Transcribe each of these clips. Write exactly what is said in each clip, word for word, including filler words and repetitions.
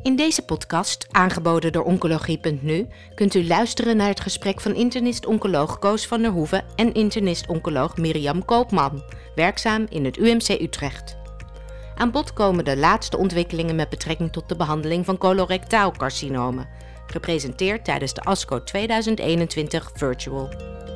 In deze podcast, aangeboden door Oncologie punt n u, kunt u luisteren naar het gesprek van internist-oncoloog Koos van der Hoeven en internist-oncoloog Mirjam Koopman, werkzaam in het U M C Utrecht. Aan bod komen de laatste ontwikkelingen met betrekking tot de behandeling van colorectaal carcinomen, gepresenteerd tijdens de ASCO tweeduizend eenentwintig Virtual.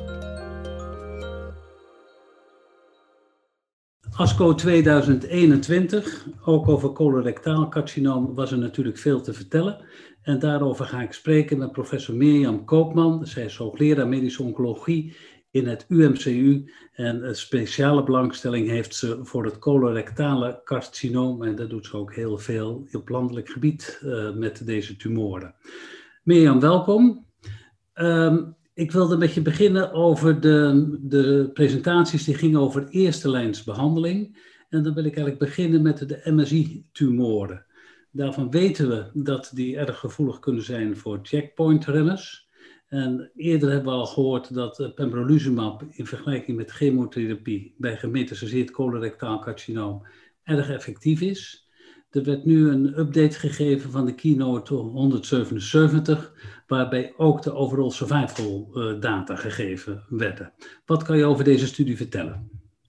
ASCO tweeduizend eenentwintig, ook over colorectaal carcinoom was er natuurlijk veel te vertellen. En daarover ga ik spreken met professor Mirjam Koopman. Zij is hoogleraar medische oncologie in het U M C U. En een speciale belangstelling heeft ze voor het colorectale carcinoom. En dat doet ze ook heel veel op landelijk gebied uh, met deze tumoren. Mirjam, welkom. Um, Ik wilde met je beginnen over de, de presentaties die gingen over eerste lijns behandeling. En dan wil ik eigenlijk beginnen met de M S I-tumoren. Daarvan weten we dat die erg gevoelig kunnen zijn voor checkpoint-remmers. En eerder hebben we al gehoord dat pembrolizumab in vergelijking met chemotherapie bij gemetastaseerd colorectaal carcinoom erg effectief is. Er werd nu een update gegeven van de Keynote honderdzevenenzeventig, waarbij ook de overall survival uh, data gegeven werden. Wat kan je over deze studie vertellen?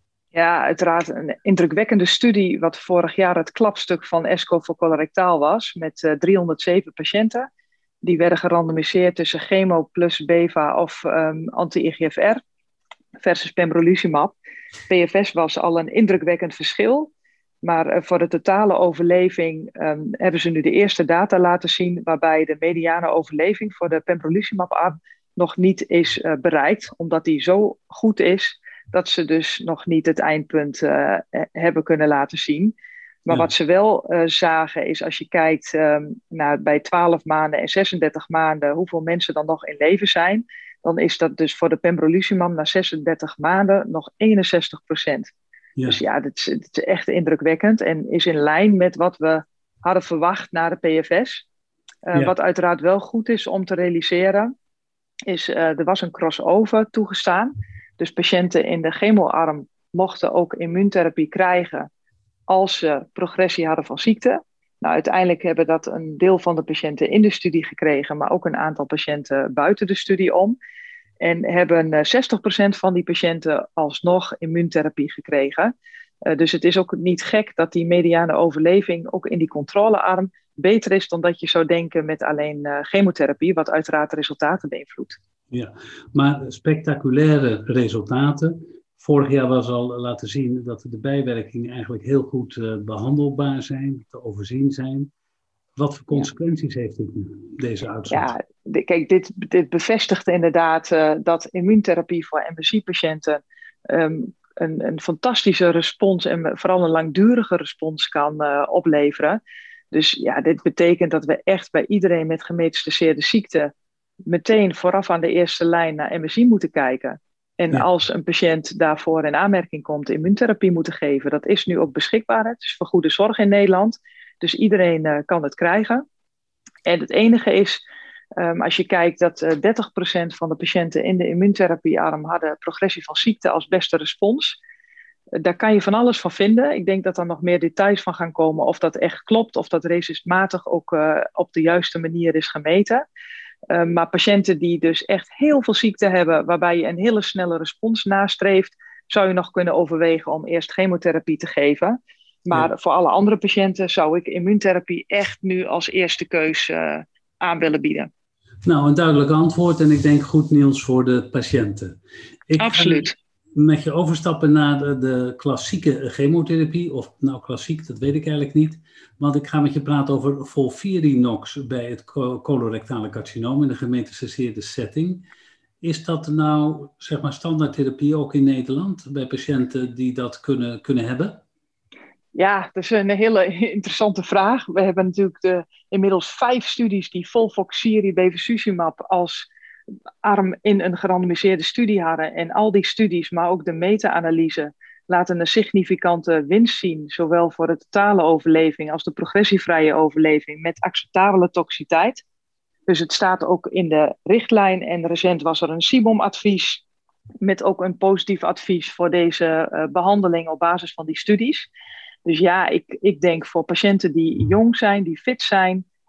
Ja, uiteraard een indrukwekkende studie, wat vorig jaar het klapstuk van ESCO voor colorectaal was, met uh, driehonderdzeven patiënten. Die werden gerandomiseerd tussen chemo plus beva of um, anti-I G F R versus pembrolizumab. P F S was al een indrukwekkend verschil. Maar uh, voor de totale overleving um, hebben ze nu de eerste data laten zien, waarbij de mediane overleving voor de pembrolizumab-arm nog niet is uh, bereikt, omdat die zo goed is dat ze dus nog niet het eindpunt uh, hebben kunnen laten zien. Maar ja. Wat ze wel uh, zagen is, als je kijkt um, naar bij twaalf maanden en zesendertig maanden hoeveel mensen dan nog in leven zijn, dan is dat dus voor de pembrolizumab na zesendertig maanden nog eenenzestig procent. Ja. Dus ja, dit is, dit is echt indrukwekkend en is in lijn met wat we hadden verwacht na de P F S. Uh, ja. Wat uiteraard wel goed is om te realiseren, is uh, er was een crossover toegestaan. Dus patiënten in de chemoarm mochten ook immuuntherapie krijgen als ze progressie hadden van ziekte. Nou, uiteindelijk hebben dat een deel van de patiënten in de studie gekregen, maar ook een aantal patiënten buiten de studie om. En hebben zestig procent van die patiënten alsnog immuuntherapie gekregen. Uh, dus het is ook niet gek dat die mediane overleving ook in die controlearm beter is dan dat je zou denken met alleen uh, chemotherapie, wat uiteraard de resultaten beïnvloedt. Ja, maar spectaculaire resultaten. Vorig jaar was al laten zien dat de bijwerkingen eigenlijk heel goed uh, behandelbaar zijn, te overzien zijn. Wat voor consequenties ja. heeft dit nu, deze uitslag? Ja, de, kijk, dit, dit bevestigt inderdaad uh, dat immuuntherapie voor M S I-patiënten um, een, een fantastische respons en vooral een langdurige respons kan uh, opleveren. Dus ja, dit betekent dat we echt bij iedereen met gemetastaseerde ziekte meteen vooraf aan de eerste lijn naar M S I moeten kijken. En ja. als een patiënt daarvoor in aanmerking komt, immuuntherapie moeten geven. Dat is nu ook beschikbaar. Het is voor goede zorg in Nederland. Dus iedereen uh, kan het krijgen. En het enige is, um, als je kijkt dat uh, dertig procent van de patiënten in de immuuntherapiearm hadden progressie van ziekte als beste respons. Uh, daar kan je van alles van vinden. Ik denk dat er nog meer details van gaan komen of dat echt klopt, of dat resultaatmatig ook uh, op de juiste manier is gemeten. Uh, maar patiënten die dus echt heel veel ziekte hebben, waarbij je een hele snelle respons nastreeft, zou je nog kunnen overwegen om eerst chemotherapie te geven. Maar ja. voor alle andere patiënten zou ik immuuntherapie echt nu als eerste keus uh, aan willen bieden. Nou, een duidelijk antwoord en ik denk goed nieuws voor de patiënten. Ik Absoluut. Met je overstappen naar de, de klassieke chemotherapie, of nou klassiek, dat weet ik eigenlijk niet. Want ik ga met je praten over FOLFIRINOX bij het colorectale carcinoom in de gemetastaseerde setting. Is dat nou, zeg maar, standaardtherapie ook in Nederland bij patiënten die dat kunnen, kunnen hebben? Ja, dat is een hele interessante vraag. We hebben natuurlijk de, inmiddels vijf studies die FOLFOXIRI bevacizumab als arm in een gerandomiseerde studie hadden. En al die studies, maar ook de meta-analyse, laten een significante winst zien. Zowel voor de totale overleving als de progressievrije overleving met acceptabele toxiciteit. Dus het staat ook in de richtlijn. En recent was er een C I B O M-advies met ook een positief advies voor deze uh, behandeling op basis van die studies. Dus ja, ik, ik denk voor patiënten die jong zijn, die fit zijn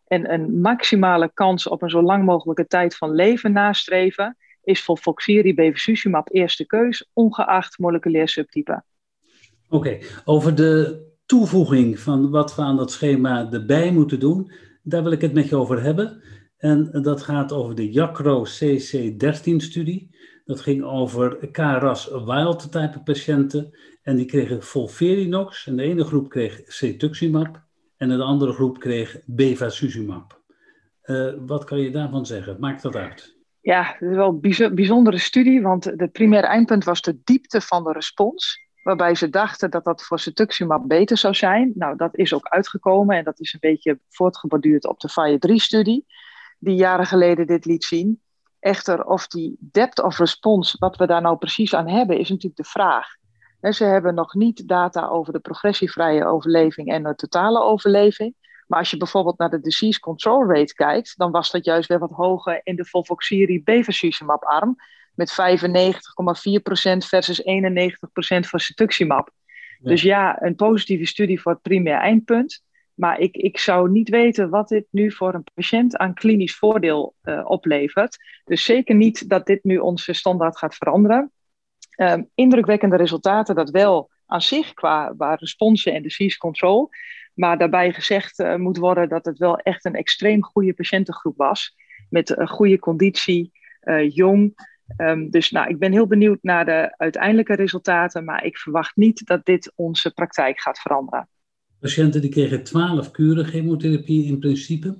en een maximale kans op een zo lang mogelijke tijd van leven nastreven, is voor Volxieri bevacizumab eerste keus, ongeacht moleculair subtype. Oké, okay. Over de toevoeging van wat we aan dat schema erbij moeten doen, daar wil ik het met je over hebben. En dat gaat over de JACRO C C dertien studie. Dat ging over K R A S wild-type patiënten en die kregen Volfirinox. En de ene groep kreeg cetuximab en de andere groep kreeg bevacizumab. Uh, wat kan je daarvan zeggen? Maakt dat uit? Ja, het is wel een bijzondere studie, want het primaire eindpunt was de diepte van de respons, waarbij ze dachten dat dat voor cetuximab beter zou zijn. Nou, dat is ook uitgekomen en dat is een beetje voortgeborduurd op de F A I E drie studie, die jaren geleden dit liet zien. Echter, of die depth of response, wat we daar nou precies aan hebben, is natuurlijk de vraag. Ze hebben nog niet data over de progressievrije overleving en de totale overleving. Maar als je bijvoorbeeld naar de disease control rate kijkt, dan was dat juist weer wat hoger in de Volvoxieri bevacizumab arm, met vijfennegentig komma vier procent versus eenennegentig procent voor cetuximab. Ja. Dus ja, een positieve studie voor het primair eindpunt. Maar ik, ik zou niet weten wat dit nu voor een patiënt aan klinisch voordeel uh, oplevert. Dus zeker niet dat dit nu onze standaard gaat veranderen. Um, indrukwekkende resultaten, dat wel aan zich qua, qua responsen en disease control. Maar daarbij gezegd uh, moet worden dat het wel echt een extreem goede patiëntengroep was. Met een goede conditie, uh, jong. Um, dus nou, ik ben heel benieuwd naar de uiteindelijke resultaten. Maar ik verwacht niet dat dit onze praktijk gaat veranderen. Patiënten die kregen twaalf kuren chemotherapie in principe.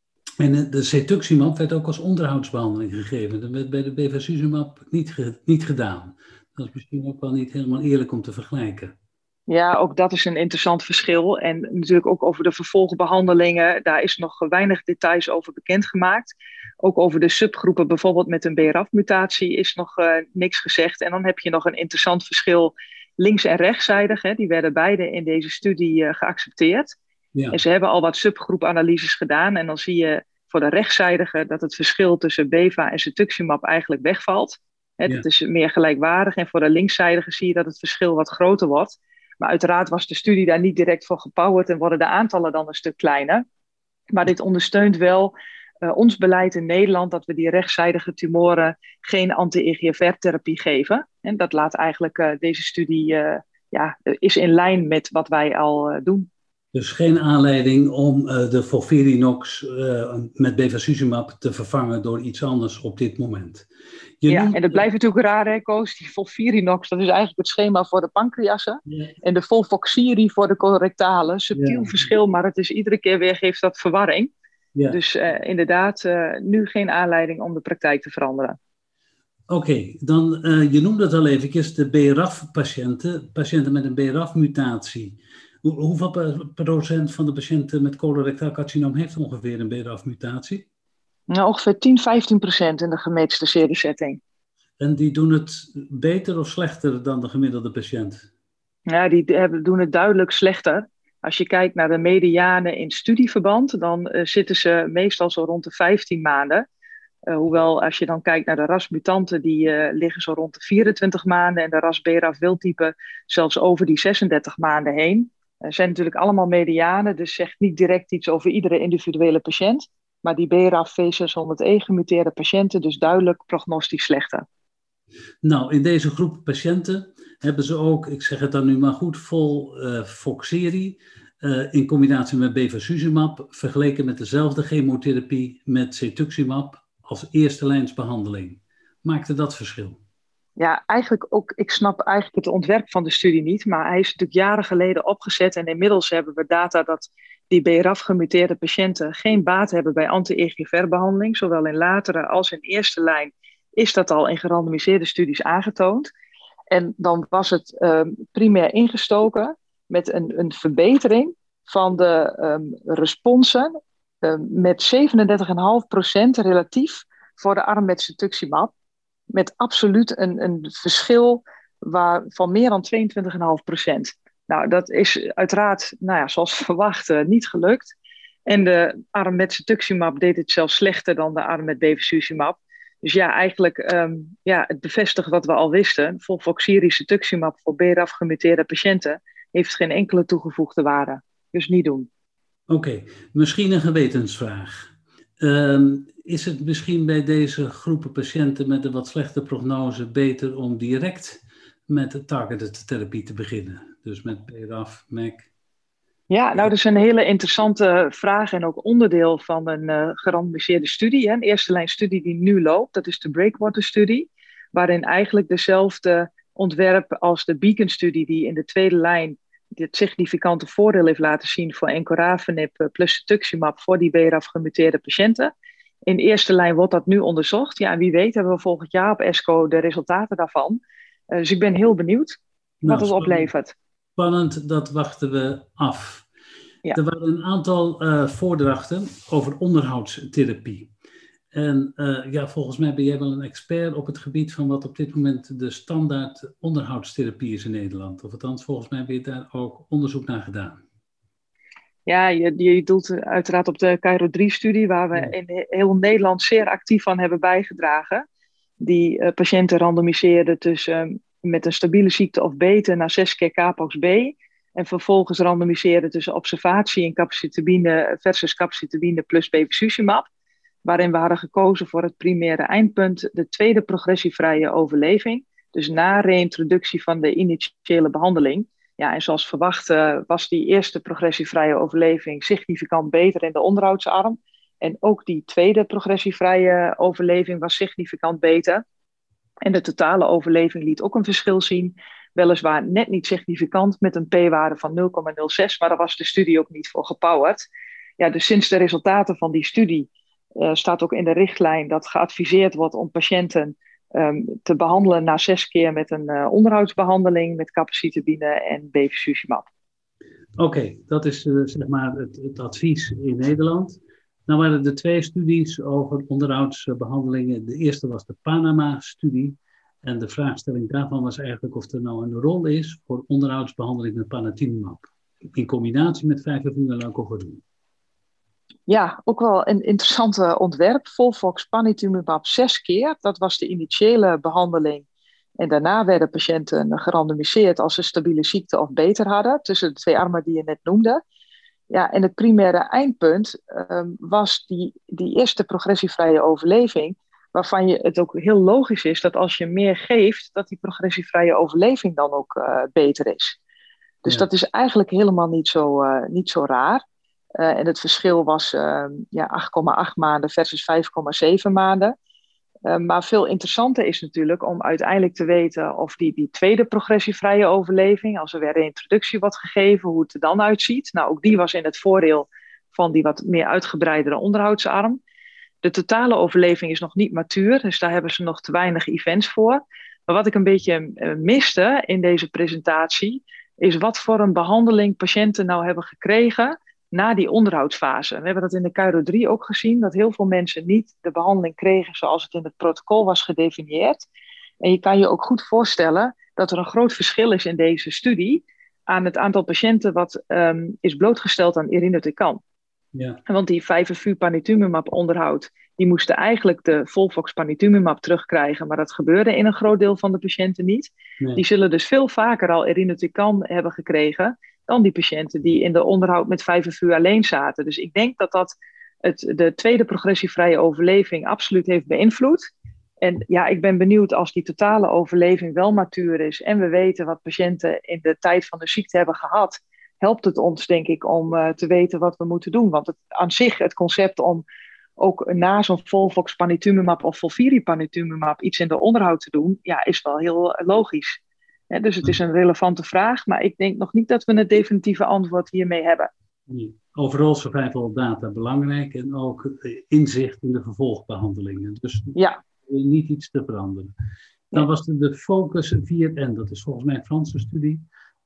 En de cetuximab werd ook als onderhoudsbehandeling gegeven. Dat werd bij de bevacizumab niet, ge, niet gedaan. Dat is misschien ook wel niet helemaal eerlijk om te vergelijken. Ja, ook dat is een interessant verschil. En natuurlijk ook over de vervolgbehandelingen. Daar is nog weinig details over bekendgemaakt. Ook over de subgroepen, bijvoorbeeld met een B R A F-mutatie, is nog uh, niks gezegd. En dan heb je nog een interessant verschil links- en rechtszijdig. Hè. Die werden beide in deze studie uh, geaccepteerd. Ja. En ze hebben al wat subgroepanalyses gedaan. En dan zie je voor de rechtszijdige dat het verschil tussen beva en cetuximab eigenlijk wegvalt. Hè, ja. Dat is meer gelijkwaardig. En voor de linkszijdige zie je dat het verschil wat groter wordt. Maar uiteraard was de studie daar niet direct voor gepowerd en worden de aantallen dan een stuk kleiner. Maar dit ondersteunt wel uh, ons beleid in Nederland dat we die rechtszijdige tumoren geen anti-E G F R-therapie geven. En dat laat eigenlijk uh, deze studie uh, ja, is in lijn met wat wij al uh, doen. Dus geen aanleiding om uh, de Volfirinox uh, met bevacizumab te vervangen door iets anders op dit moment. Je ja, noemt... en dat blijft natuurlijk raar, hè, Koos? Die Volfirinox, dat is eigenlijk het schema voor de pancreassen. Ja. En de Volvoxieri voor de colorectale. Subtiel ja. verschil, maar het is iedere keer weer geeft dat verwarring. Ja. Dus uh, inderdaad, uh, nu geen aanleiding om de praktijk te veranderen. Oké, okay, dan uh, je noemde het al eventjes, de B R A F-patiënten, patiënten met een B R A F-mutatie. Hoe, hoeveel procent van de patiënten met colorectaal carcinoom heeft ongeveer een B R A F-mutatie? Nou, ongeveer tien, vijftien procent in de gemetastaseerde setting. En die doen het beter of slechter dan de gemiddelde patiënt? Ja, die hebben, doen het duidelijk slechter. Als je kijkt naar de mediane in studieverband, dan uh, zitten ze meestal zo rond de vijftien maanden. Uh, hoewel, als je dan kijkt naar de R A S-mutanten, die uh, liggen zo rond de vierentwintig maanden. En de R A S-B R A F-wildtype zelfs over die zesendertig maanden heen. Het zijn natuurlijk allemaal medianen, dus zegt niet direct iets over iedere individuele patiënt. Maar die B R A F V zeshonderd E gemuteerde patiënten dus duidelijk prognostisch slechter. Nou, in deze groep patiënten hebben ze ook, ik zeg het dan nu maar goed, vol uh, Volxieri uh, in combinatie met bevacizumab vergeleken met dezelfde chemotherapie met cetuximab als eerste lijnsbehandeling. Maakte dat verschil? Ja, eigenlijk ook, ik snap eigenlijk het ontwerp van de studie niet, maar hij is natuurlijk jaren geleden opgezet en inmiddels hebben we data dat die B R A F-gemuteerde patiënten geen baat hebben bij anti-E G F R-behandeling, zowel in latere als in eerste lijn is dat al in gerandomiseerde studies aangetoond. En dan was het um, primair ingestoken met een, een verbetering van de um, responsen um, met zevenendertig komma vijf procent relatief voor de arm met cetuximab. Met absoluut een, een verschil waar, van meer dan tweeëntwintig komma vijf procent. Nou, dat is uiteraard, nou ja, zoals verwacht, uh, niet gelukt. En de arm met cetuximab deed het zelfs slechter dan de arm met bevacizumab. Dus ja, eigenlijk um, ja, het bevestigt wat we al wisten. Volvoxieri cetuximab voor B R A F-gemuteerde patiënten heeft geen enkele toegevoegde waarde. Dus niet doen. okay. Misschien een gewetensvraag. Um, is het misschien bij deze groepen patiënten met een wat slechte prognose beter om direct met de targeted therapie te beginnen? Dus met B R A F, M E C? Ja, nou dat is een hele interessante vraag en ook onderdeel van een uh, gerandomiseerde studie. Hè. Een eerste lijn studie die nu loopt, dat is de Breakwater-studie. Waarin eigenlijk dezelfde ontwerp als de Beacon-studie die in de tweede lijn het significante voordeel heeft laten zien voor encorafenib plus cetuximab voor die B R A F-gemuteerde patiënten. In de eerste lijn wordt dat nu onderzocht. Ja, en wie weet hebben we volgend jaar op ESCO de resultaten daarvan. Uh, dus ik ben heel benieuwd nou, wat het oplevert. Spannend, dat wachten we af. Ja. Er waren een aantal uh, voordrachten over onderhoudstherapie. En uh, ja, volgens mij ben jij wel een expert op het gebied van wat op dit moment de standaard onderhoudstherapie is in Nederland. Of althans, volgens mij heb je daar ook onderzoek naar gedaan. Ja, je, je doelt uiteraard op de Cairo drie studie, waar we ja. in heel Nederland zeer actief aan hebben bijgedragen. Die uh, patiënten randomiseerden tussen uh, met een stabiele ziekte of beter naar zes keer Capox-B. En vervolgens randomiseerden tussen observatie en capecitabine versus capecitabine plus bevacizumab. Waarin we hadden gekozen voor het primaire eindpunt, de tweede progressievrije overleving. Dus na reintroductie van de initiële behandeling. Ja, en zoals verwacht uh, was die eerste progressievrije overleving significant beter in de onderhoudsarm. En ook die tweede progressievrije overleving was significant beter. En de totale overleving liet ook een verschil zien. Weliswaar net niet significant met een p-waarde van nul komma nul zes, maar daar was de studie ook niet voor gepowerd. Ja, dus sinds de resultaten van die studie uh, staat ook in de richtlijn dat geadviseerd wordt om patiënten um, te behandelen na zes keer met een uh, onderhoudsbehandeling met capecitabine en bevacizumab. Oké, okay, dat is uh, zeg maar het, het advies in Nederland. Nou waren er twee studies over onderhoudsbehandelingen. De eerste was de Panama-studie. En de vraagstelling daarvan was eigenlijk of er nou een rol is voor onderhoudsbehandeling met panitumumab. In combinatie met vijf F U en leucovorin. Ja, ook wel een interessant ontwerp. Volvox panitumumab zes keer. Dat was de initiële behandeling. En daarna werden patiënten gerandomiseerd als ze stabiele ziekte of beter hadden. Tussen de twee armen die je net noemde. Ja, en het primaire eindpunt um, was die, die eerste progressievrije overleving. Waarvan je het ook heel logisch is dat als je meer geeft, dat die progressievrije overleving dan ook uh, beter is. Dus ja. Dat is eigenlijk helemaal niet zo, uh, niet zo raar. Uh, en het verschil was uh, ja, acht komma acht maanden versus vijf komma zeven maanden. Uh, maar veel interessanter is natuurlijk om uiteindelijk te weten of die, die tweede progressievrije overleving, als er weer een introductie wordt gegeven, hoe het er dan uitziet. Nou, ook die was in het voordeel van die wat meer uitgebreidere onderhoudsarm. De totale overleving is nog niet matuur, dus daar hebben ze nog te weinig events voor. Maar wat ik een beetje uh, miste in deze presentatie, is wat voor een behandeling patiënten nou hebben gekregen na die onderhoudsfase. We hebben dat in de Cairo drie ook gezien, dat heel veel mensen niet de behandeling kregen zoals het in het protocol was gedefinieerd. En je kan je ook goed voorstellen dat er een groot verschil is in deze studie aan het aantal patiënten wat um, is blootgesteld aan irinotecan. Ja. Want die vijf F U panitumumab onderhoud, die moesten eigenlijk de Volvox panitumumab terugkrijgen, maar dat gebeurde in een groot deel van de patiënten niet. Nee. Die zullen dus veel vaker al irinotecan hebben gekregen dan die patiënten die in de onderhoud met vijf F U alleen zaten. Dus ik denk dat dat het, de tweede progressievrije overleving absoluut heeft beïnvloed. En ja, ik ben benieuwd als die totale overleving wel matuur is en we weten wat patiënten in de tijd van de ziekte hebben gehad, helpt het ons denk ik om uh, te weten wat we moeten doen. Want het, aan zich het concept om ook na zo'n Volvox panitumumab of Volviri panitumumab iets in de onderhoud te doen, ja, is wel heel logisch. Ja, dus het is een relevante vraag, maar ik denk nog niet dat we het definitieve antwoord hiermee hebben. Overal survival data belangrijk en ook inzicht in de vervolgbehandelingen. Dus ja. Niet iets te veranderen. Dan was er de Focus vier N, dat is volgens mij een Franse studie.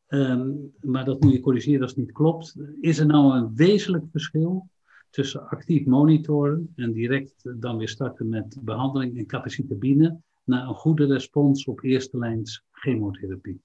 Um, maar dat moet je corrigeren als het niet klopt. Is er nou een wezenlijk verschil tussen actief monitoren en direct dan weer starten met behandeling en capecitabine naar een goede respons op eerste lijns chemotherapie?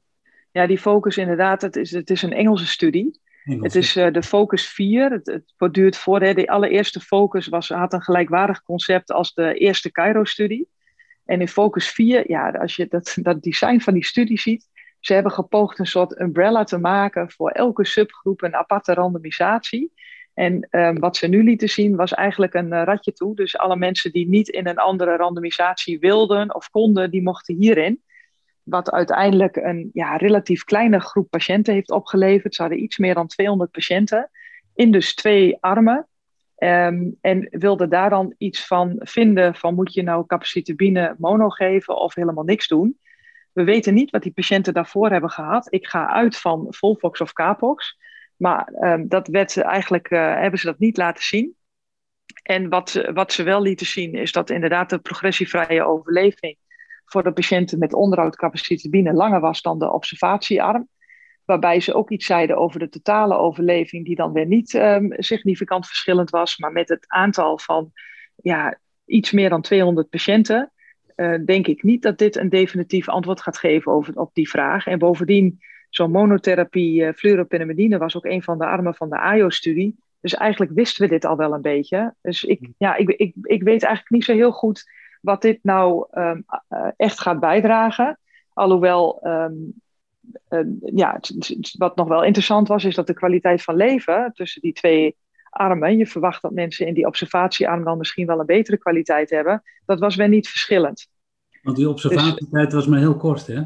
Ja, die Focus inderdaad, het is, het is een Engelse studie. Engels, het is uh, de Focus vier. Het, het borduurt voor. Hè, de allereerste Focus was, had een gelijkwaardig concept als de eerste Cairo-studie. En in Focus vier, ja, als je dat, dat design van die studie ziet, Ze hebben gepoogd een soort umbrella te maken voor elke subgroep een aparte randomisatie. En um, wat ze nu lieten zien was eigenlijk een uh, ratje toe. Dus alle mensen die niet in een andere randomisatie wilden of konden, die mochten hierin. Wat uiteindelijk een ja, relatief kleine groep patiënten heeft opgeleverd. Ze hadden iets meer dan tweehonderd patiënten in dus twee armen. Um, en wilden daar dan iets van vinden van moet je nou capecitabine mono geven of helemaal niks doen. We weten niet wat die patiënten daarvoor hebben gehad. Ik ga uit van Volvox of Capox. Maar um, dat werd eigenlijk, uh, hebben ze dat niet laten zien. En wat, wat ze wel lieten zien is dat inderdaad de progressievrije overleving voor de patiënten met onderhoudcapacitabine langer was dan de observatiearm. Waarbij ze ook iets zeiden over de totale overleving, die dan weer niet um, significant verschillend was. Maar met het aantal van ja, iets meer dan tweehonderd patiënten, uh, denk ik niet dat dit een definitief antwoord gaat geven over, op die vraag. En bovendien, zo'n monotherapie uh, fluoropenimidine was ook een van de armen van de A I O-studie. Dus eigenlijk wisten we dit al wel een beetje. Dus ik, ja, ik, ik, ik weet eigenlijk niet zo heel goed wat dit nou um, uh, echt gaat bijdragen. Alhoewel, um, uh, ja, het, het, wat nog wel interessant was, is dat de kwaliteit van leven tussen die twee armen, je verwacht dat mensen in die observatiearm dan misschien wel een betere kwaliteit hebben, dat was wel niet verschillend. Want die observatietijd dus, was maar heel kort, hè?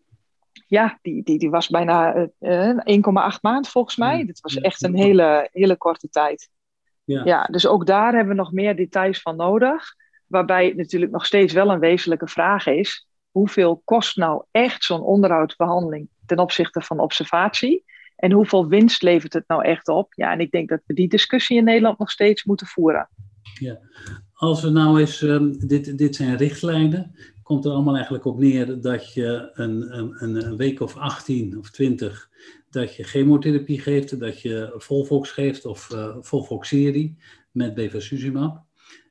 Ja, die, die, die was bijna uh, één komma acht maand volgens mij. Ja, dat was ja, echt een hele, hele korte tijd. Ja. ja, dus ook daar hebben we nog meer details van nodig. Waarbij het natuurlijk nog steeds wel een wezenlijke vraag is. Hoeveel kost nou echt zo'n onderhoudsbehandeling ten opzichte van observatie? En hoeveel winst levert het nou echt op? Ja, en ik denk dat we die discussie in Nederland nog steeds moeten voeren. Ja, als we nou eens, um, dit, dit zijn richtlijnen, komt er allemaal eigenlijk op neer dat je een, een, een week of achttien of twintig, dat je chemotherapie geeft, dat je Volvox geeft of uh, Volvoxerie met bevacizumab.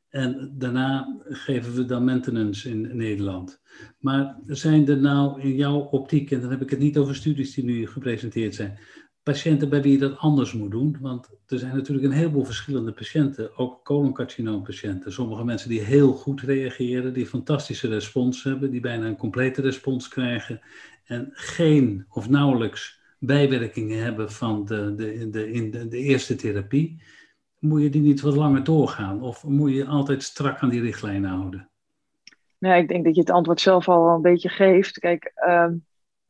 En daarna geven we dan maintenance in Nederland. Maar zijn er nou in jouw optiek, en dan heb ik het niet over studies die nu gepresenteerd zijn, patiënten bij wie je dat anders moet doen? Want er zijn natuurlijk een heleboel verschillende patiënten, ook coloncarcinoompatiënten. Sommige mensen die heel goed reageren, die fantastische respons hebben, die bijna een complete respons krijgen en geen of nauwelijks bijwerkingen hebben van de, de, de, in de, de eerste therapie. Moet je die niet wat langer doorgaan? Of moet je altijd strak aan die richtlijnen houden? Nou, ik denk dat je het antwoord zelf al een beetje geeft. Kijk, um,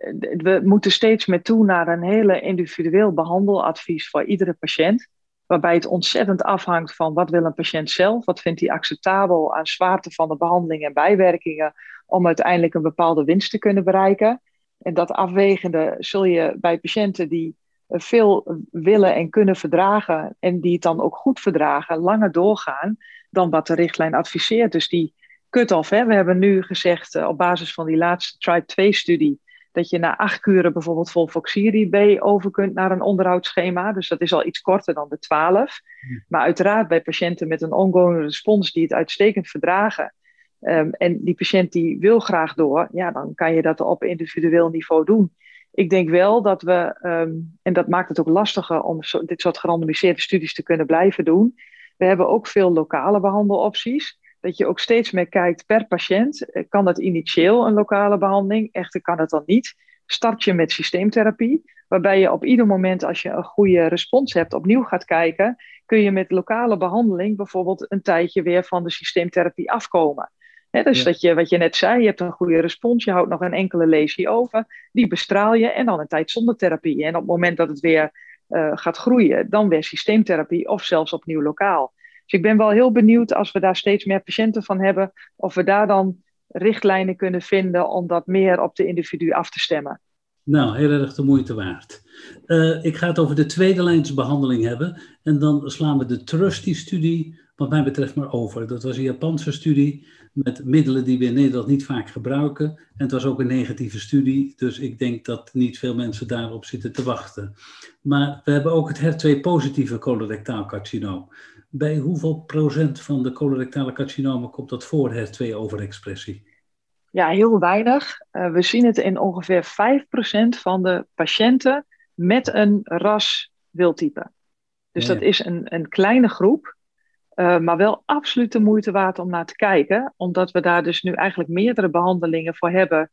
we moeten steeds meer toe naar een hele individueel behandeladvies voor iedere patiënt. Waarbij het ontzettend afhangt van wat wil een patiënt zelf. Wat vindt hij acceptabel aan zwaarte van de behandeling en bijwerkingen. Om uiteindelijk een bepaalde winst te kunnen bereiken. En dat afwegende zul je bij patiënten die veel willen en kunnen verdragen en die het dan ook goed verdragen, langer doorgaan dan wat de richtlijn adviseert. Dus die cut-off, hè, we hebben nu gezegd uh, op basis van die laatste TRIBE twee studie, dat je na acht kuren bijvoorbeeld Volvoxerie B over kunt naar een onderhoudsschema. Dus dat is al iets korter dan de twaalf. Hmm. Maar uiteraard bij patiënten met een ongoing respons die het uitstekend verdragen, um, en die patiënt die wil graag door, ja, dan kan je dat op individueel niveau doen. Ik denk wel dat we, um, en dat maakt het ook lastiger om zo, dit soort gerandomiseerde studies te kunnen blijven doen. We hebben ook veel lokale behandelopties. Dat je ook steeds meer kijkt per patiënt. Kan dat initieel een lokale behandeling? Echter kan het dan niet. Start je met systeemtherapie. Waarbij je op ieder moment als je een goede respons hebt opnieuw gaat kijken. Kun je met lokale behandeling bijvoorbeeld een tijdje weer van de systeemtherapie afkomen. He, dus ja. dat je, wat je net zei, je hebt een goede respons, je houdt nog een enkele lesie over, die bestraal je en dan een tijd zonder therapie. En op het moment dat het weer uh, gaat groeien, dan weer systeemtherapie of zelfs opnieuw lokaal. Dus ik ben wel heel benieuwd als we daar steeds meer patiënten van hebben, of we daar dan richtlijnen kunnen vinden om dat meer op de individu af te stemmen. Nou, heel erg de moeite waard. Uh, ik ga het over de tweede lijnsbehandeling hebben en dan slaan we de TRUSTY-studie wat mij betreft maar over. Dat was een Japanse studie met middelen die we in Nederland niet vaak gebruiken. En het was ook een negatieve studie, dus ik denk dat niet veel mensen daarop zitten te wachten. Maar we hebben ook het H E R twee positieve colorectaal carcinoom. Bij hoeveel procent van de colorectale carcinomen komt dat voor H E R twee overexpressie? Ja, heel weinig. Uh, we zien het in ongeveer vijf procent van de patiënten met een R A S-wildtype. Dus ja, ja. dat is een, een kleine groep. Uh, maar wel absoluut de moeite waard om naar te kijken. Omdat we daar dus nu eigenlijk meerdere behandelingen voor hebben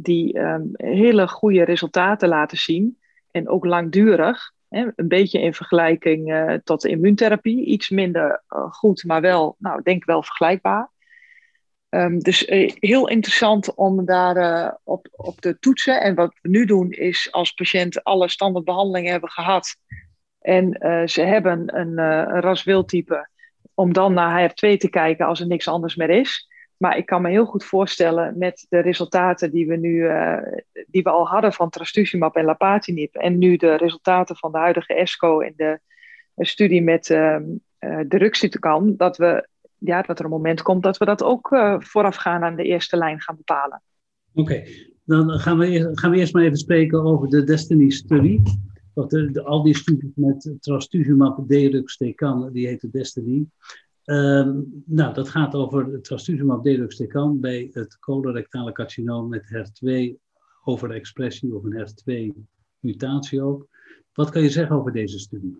die um, hele goede resultaten laten zien. En ook langdurig. Hè, een beetje in vergelijking uh, tot de immuuntherapie. Iets minder uh, goed, maar wel, nou, denk wel vergelijkbaar. Um, dus uh, heel interessant om daar uh, op, op te toetsen. En wat we nu doen is als patiënten alle standaardbehandelingen hebben gehad. En uh, ze hebben een, uh, een ras-wildtype. Om dan naar H R twee te kijken als er niks anders meer is. Maar ik kan me heel goed voorstellen met de resultaten die we nu uh, die we al hadden van trastuzumab en lapatinib. En nu de resultaten van de huidige ESCO en de, de studie met uh, uh, deruxtecan. Dat, we, ja, dat er een moment komt dat we dat ook uh, voorafgaan aan de eerste lijn gaan bepalen. Oké, okay. Dan gaan we, eerst, gaan we eerst maar even spreken over de Destiny-studie. De, de, al die studies met trastuzumab, deruxtecan, die heet de Destiny. Um, nou, dat gaat over trastuzumab deruxtecan bij het colorectale carcinoom met H E R twee overexpressie of een H E R twee mutatie ook. Wat kan je zeggen over deze studie?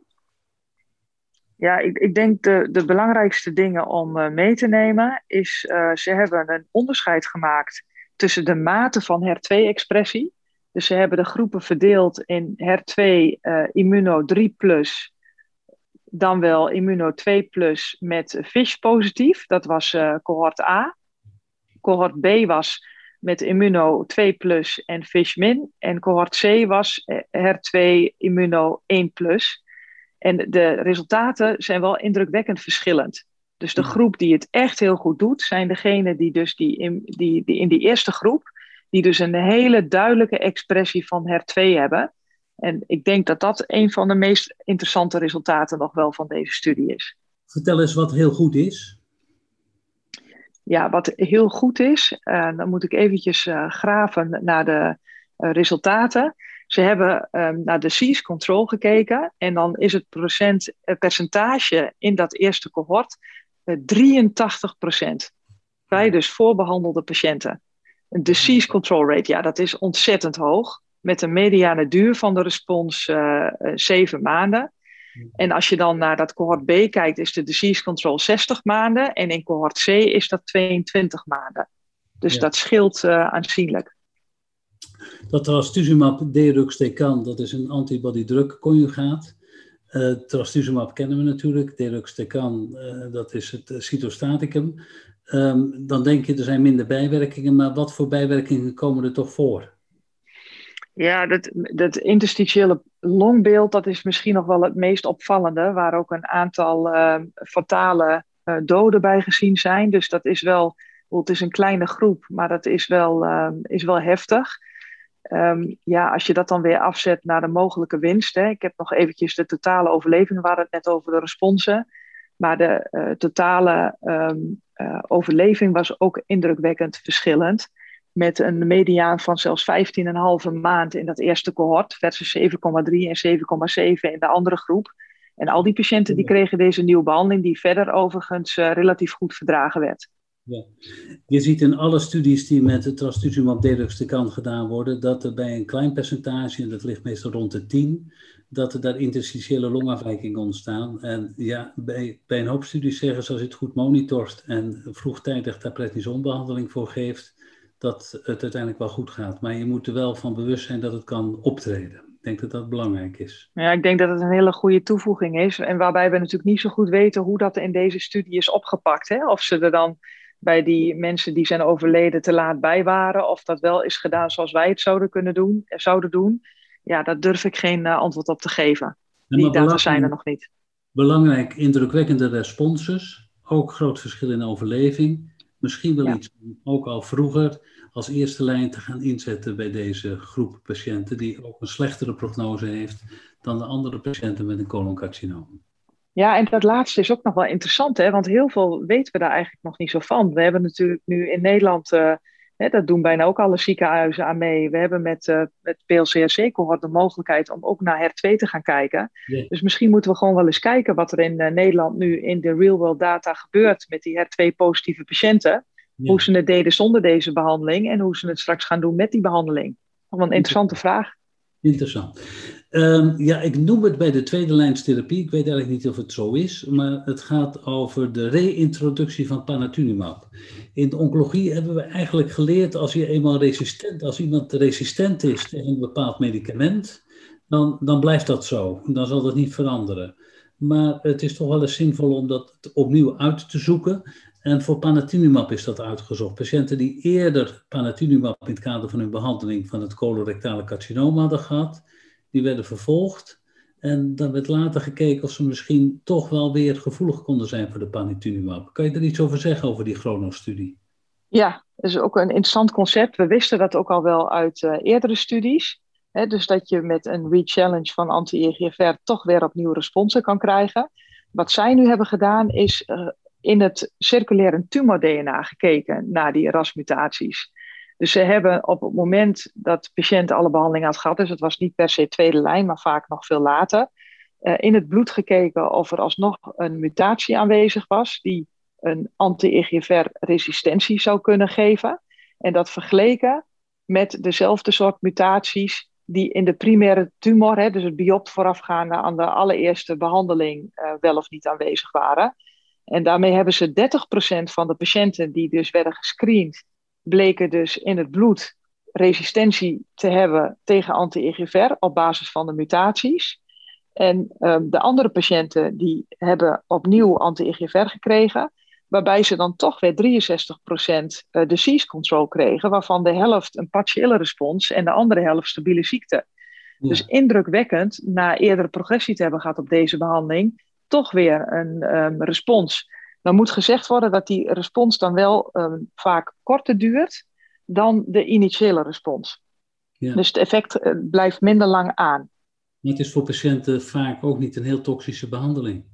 Ja, ik, ik denk de, de belangrijkste dingen om uh, mee te nemen is, uh, ze hebben een onderscheid gemaakt tussen de mate van H E R twee expressie. Dus ze hebben de groepen verdeeld in H E R twee uh, immuno drie plus, dan wel immuno twee plus met FISH positief. Dat was uh, cohort A. Cohort B was met immuno twee plus en FISH min. En cohort C was uh, H E R twee immuno één plus. En de resultaten zijn wel indrukwekkend verschillend. Dus de groep die het echt heel goed doet, zijn degenen die dus die in die, die, in die eerste groep, die dus een hele duidelijke expressie van H E R twee hebben. En ik denk dat dat een van de meest interessante resultaten nog wel van deze studie is. Vertel eens wat heel goed is. Ja, wat heel goed is, uh, dan moet ik eventjes uh, graven naar de uh, resultaten. Ze hebben um, naar de disease control gekeken en dan is het procent, uh, percentage in dat eerste cohort uh, drieëntachtig procent. Bij dus voorbehandelde patiënten. Een disease control rate, ja, dat is ontzettend hoog. Met een mediane duur van de respons uh, uh, zeven maanden. En als je dan naar dat cohort B kijkt, is de disease control zestig maanden. En in cohort C is dat tweeëntwintig maanden. Dus ja, dat scheelt uh, aanzienlijk. Dat trastuzumab deruxtecan, dat is een antibody-drug conjugaat. Uh, trastuzumab kennen we natuurlijk. Deruxtecan, uh, dat is het uh, cytostaticum. Um, dan denk je, er zijn minder bijwerkingen. Maar wat voor bijwerkingen komen er toch voor? Ja, dat, dat interstitiële longbeeld, dat is misschien nog wel het meest opvallende, waar ook een aantal uh, fatale uh, doden bij gezien zijn. Dus dat is wel, het is een kleine groep, maar dat is wel, uh, is wel heftig. Um, ja, als je dat dan weer afzet naar de mogelijke winst. Hè, ik heb nog eventjes de totale overlevingen, we hadden het net over de responsen. Maar de uh, totale um, uh, overleving was ook indrukwekkend verschillend. Met een mediaan van zelfs vijftien komma vijf maand in dat eerste cohort versus zeven komma drie en zeven komma zeven in de andere groep. En al die patiënten die kregen deze nieuwe behandeling die verder overigens uh, relatief goed verdragen werd. Ja. Je ziet in alle studies die met het trastuzumab deruxtecan gedaan worden, dat er bij een klein percentage, en dat ligt meestal rond de tien, dat er daar interstitiële longafwijkingen ontstaan. En ja, bij, bij een hoop studies zeggen ze als je het goed monitort en vroegtijdig daar prednisonbehandeling voor geeft, dat het uiteindelijk wel goed gaat. Maar je moet er wel van bewust zijn dat het kan optreden. Ik denk dat dat belangrijk is. Ja, ik denk dat het een hele goede toevoeging is. En waarbij we natuurlijk niet zo goed weten hoe dat in deze studie is opgepakt. Hè? Of ze er dan bij die mensen die zijn overleden te laat bij waren. Of dat wel is gedaan zoals wij het zouden kunnen doen. Zouden doen. Ja, daar durf ik geen uh, antwoord op te geven. Ja, die data zijn er nog niet. Belangrijk, indrukwekkende responses. Ook groot verschil in overleving. Misschien wel ja. iets ook al vroeger als eerste lijn te gaan inzetten bij deze groep patiënten die ook een slechtere prognose heeft dan de andere patiënten met een coloncarcinoom. Ja, en dat laatste is ook nog wel interessant, hè? Want heel veel weten we daar eigenlijk nog niet zo van. We hebben natuurlijk nu in Nederland, uh, hè, dat doen bijna ook alle ziekenhuizen aan mee. We hebben met uh, het P L C R C-cohort de mogelijkheid om ook naar H E R twee te gaan kijken. Yeah. Dus misschien moeten we gewoon wel eens kijken wat er in uh, Nederland nu in de real-world data gebeurt met die H E R twee-positieve patiënten. Yeah. Hoe ze het deden zonder deze behandeling en hoe ze het straks gaan doen met die behandeling. Nog wel een interessante vraag. Interessant. Um, ja, ik noem het bij de tweede lijnstherapie. Ik weet eigenlijk niet of het zo is, maar het gaat over de reintroductie van panitumumab. In de oncologie hebben we eigenlijk geleerd, als je eenmaal resistent, als iemand resistent is tegen een bepaald medicament, dan, dan blijft dat zo. Dan zal dat niet veranderen. Maar het is toch wel eens zinvol om dat opnieuw uit te zoeken. En voor panitumumab is dat uitgezocht. Patiënten die eerder panitumumab in het kader van hun behandeling van het colorectale carcinoom hadden gehad, die werden vervolgd. En dan werd later gekeken of ze misschien toch wel weer gevoelig konden zijn voor de panitumumab. Kan je er iets over zeggen, over die chronostudie? Ja, dat is ook een interessant concept. We wisten dat ook al wel uit uh, eerdere studies. Hè, dus dat je met een re-challenge van anti-E G F R toch weer opnieuw responsen kan krijgen. Wat zij nu hebben gedaan is uh, in het circulaire tumor-D N A gekeken naar die rasmutaties. Dus ze hebben op het moment dat de patiënt alle behandeling had gehad, dus het was niet per se tweede lijn, maar vaak nog veel later, uh, in het bloed gekeken of er alsnog een mutatie aanwezig was die een anti-E G F R-resistentie zou kunnen geven. En dat vergeleken met dezelfde soort mutaties die in de primaire tumor, hè, dus het biopt voorafgaande aan de allereerste behandeling, uh, wel of niet aanwezig waren. En daarmee hebben ze dertig procent van de patiënten die dus werden gescreend, bleken dus in het bloed resistentie te hebben tegen anti-E G F R op basis van de mutaties. En um, de andere patiënten die hebben opnieuw anti-E G F R gekregen, waarbij ze dan toch weer drieënzestig procent uh, disease control kregen, waarvan de helft een partiële respons en de andere helft stabiele ziekte. Ja. Dus indrukwekkend, na eerdere progressie te hebben gehad op deze behandeling, toch weer een um, respons. Dan moet gezegd worden dat die respons dan wel um, vaak korter duurt dan de initiële respons. Ja. Dus het effect uh, blijft minder lang aan. Het is voor patiënten vaak ook niet een heel toxische behandeling.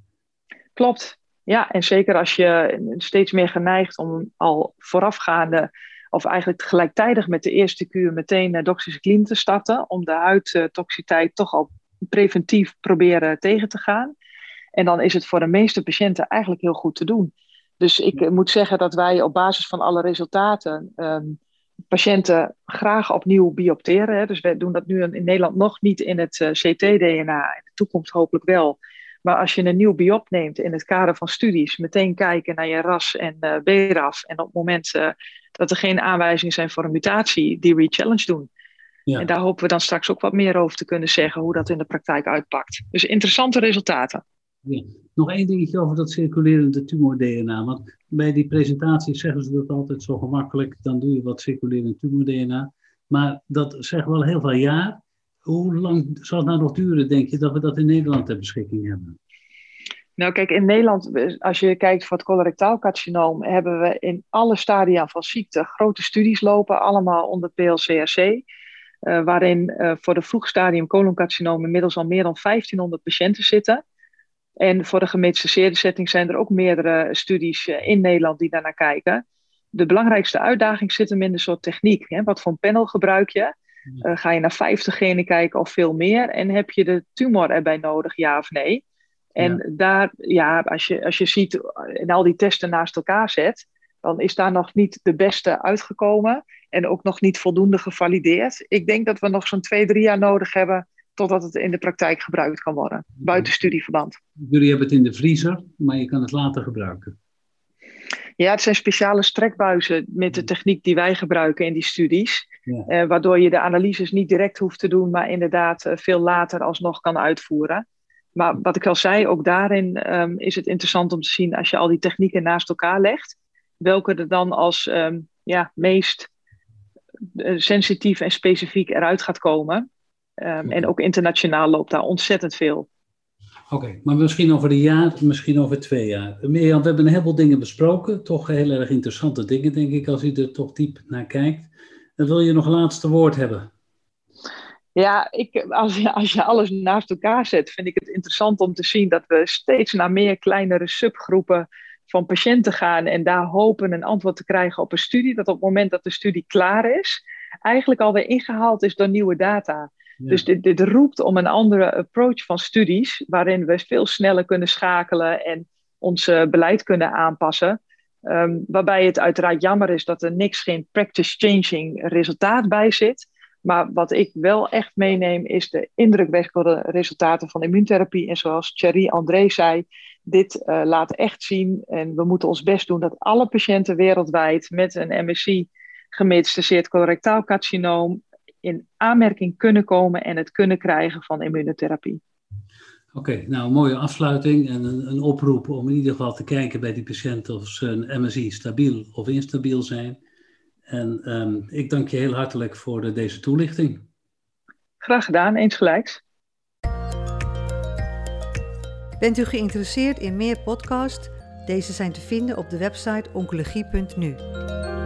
Klopt. Ja, en zeker als je steeds meer geneigd om al voorafgaande, of eigenlijk gelijktijdig met de eerste kuur meteen uh, doxycycline te starten, om de huidtoxiciteit toch al preventief proberen tegen te gaan. En dan is het voor de meeste patiënten eigenlijk heel goed te doen. Dus ik uh, moet zeggen dat wij op basis van alle resultaten um, patiënten graag opnieuw biopteren. Hè. Dus we doen dat nu in Nederland nog niet in het uh, C T D N A, in de toekomst hopelijk wel. Maar als je een nieuw biopt neemt in het kader van studies, meteen kijken naar je ras en uh, B R A F. En op het moment uh, dat er geen aanwijzingen zijn voor een mutatie, die re-challenge doen. Ja. En daar hopen we dan straks ook wat meer over te kunnen zeggen, hoe dat in de praktijk uitpakt. Dus interessante resultaten. Ja. Nog één dingetje over dat circulerende tumor-D N A. Want bij die presentaties zeggen ze dat altijd zo gemakkelijk. Dan doe je wat circulerend tumor-D N A. Maar dat zeggen we al heel veel jaar. Hoe lang zal het nou nog duren, denk je, dat we dat in Nederland ter beschikking hebben? Nou kijk, in Nederland, als je kijkt voor het colorectaal carcinoom, hebben we in alle stadia van ziekte grote studies lopen, allemaal onder P L C R C. Uh, waarin uh, voor de vroegstadium coloncarcinoom inmiddels al meer dan vijftienhonderd patiënten zitten. En voor de gemetastaseerde setting zijn er ook meerdere studies uh, in Nederland die daarnaar kijken. De belangrijkste uitdaging zit hem in de soort techniek. Hè? Wat voor een panel gebruik je? Uh, ga je naar vijftig genen kijken of veel meer? En heb je de tumor erbij nodig, ja of nee? En ja. daar, ja, als je, als je ziet en al die testen naast elkaar zet, dan is daar nog niet de beste uitgekomen en ook nog niet voldoende gevalideerd. Ik denk dat we nog zo'n twee, drie jaar nodig hebben totdat het in de praktijk gebruikt kan worden, buiten studieverband. Jullie hebben het in de vriezer, maar je kan het later gebruiken. Ja, het zijn speciale strekbuizen met de techniek die wij gebruiken in die studies. Ja. Eh, waardoor je de analyses niet direct hoeft te doen, maar inderdaad uh, veel later alsnog kan uitvoeren. Maar wat ik al zei, ook daarin um, is het interessant om te zien, als je al die technieken naast elkaar legt, welke er dan als um, ja, meest uh, sensitief en specifiek eruit gaat komen. Um, ja. En ook internationaal loopt daar ontzettend veel. Oké, okay, maar misschien over een jaar, misschien over twee jaar. Mirjam, we hebben een heleboel dingen besproken. Toch heel erg interessante dingen, denk ik, als u er toch diep naar kijkt. Dan wil je nog een laatste woord hebben? Ja, ik, als, je, als je alles naast elkaar zet, vind ik het interessant om te zien dat we steeds naar meer kleinere subgroepen van patiënten gaan en daar hopen een antwoord te krijgen op een studie, dat op het moment dat de studie klaar is, eigenlijk alweer ingehaald is door nieuwe data. Ja. Dus dit, dit roept om een andere approach van studies, waarin we veel sneller kunnen schakelen en ons uh, beleid kunnen aanpassen. Um, waarbij het uiteraard jammer is dat er niks, geen practice-changing resultaat bij zit. Maar wat ik wel echt meeneem is de indrukwekkende resultaten van immuuntherapie. En zoals Thierry André zei, dit uh, laat echt zien. En we moeten ons best doen dat alle patiënten wereldwijd met een M S I gemetastaseerd colorectaal carcinoom in aanmerking kunnen komen en het kunnen krijgen van immunotherapie. Oké, okay, nou een mooie afsluiting en een, een oproep om in ieder geval te kijken bij die patiënten of ze een M S I stabiel of instabiel zijn. En um, ik dank je heel hartelijk voor de, deze toelichting. Graag gedaan, eens gelijks. Bent u geïnteresseerd in meer podcasts? Deze zijn te vinden op de website oncologie punt n u.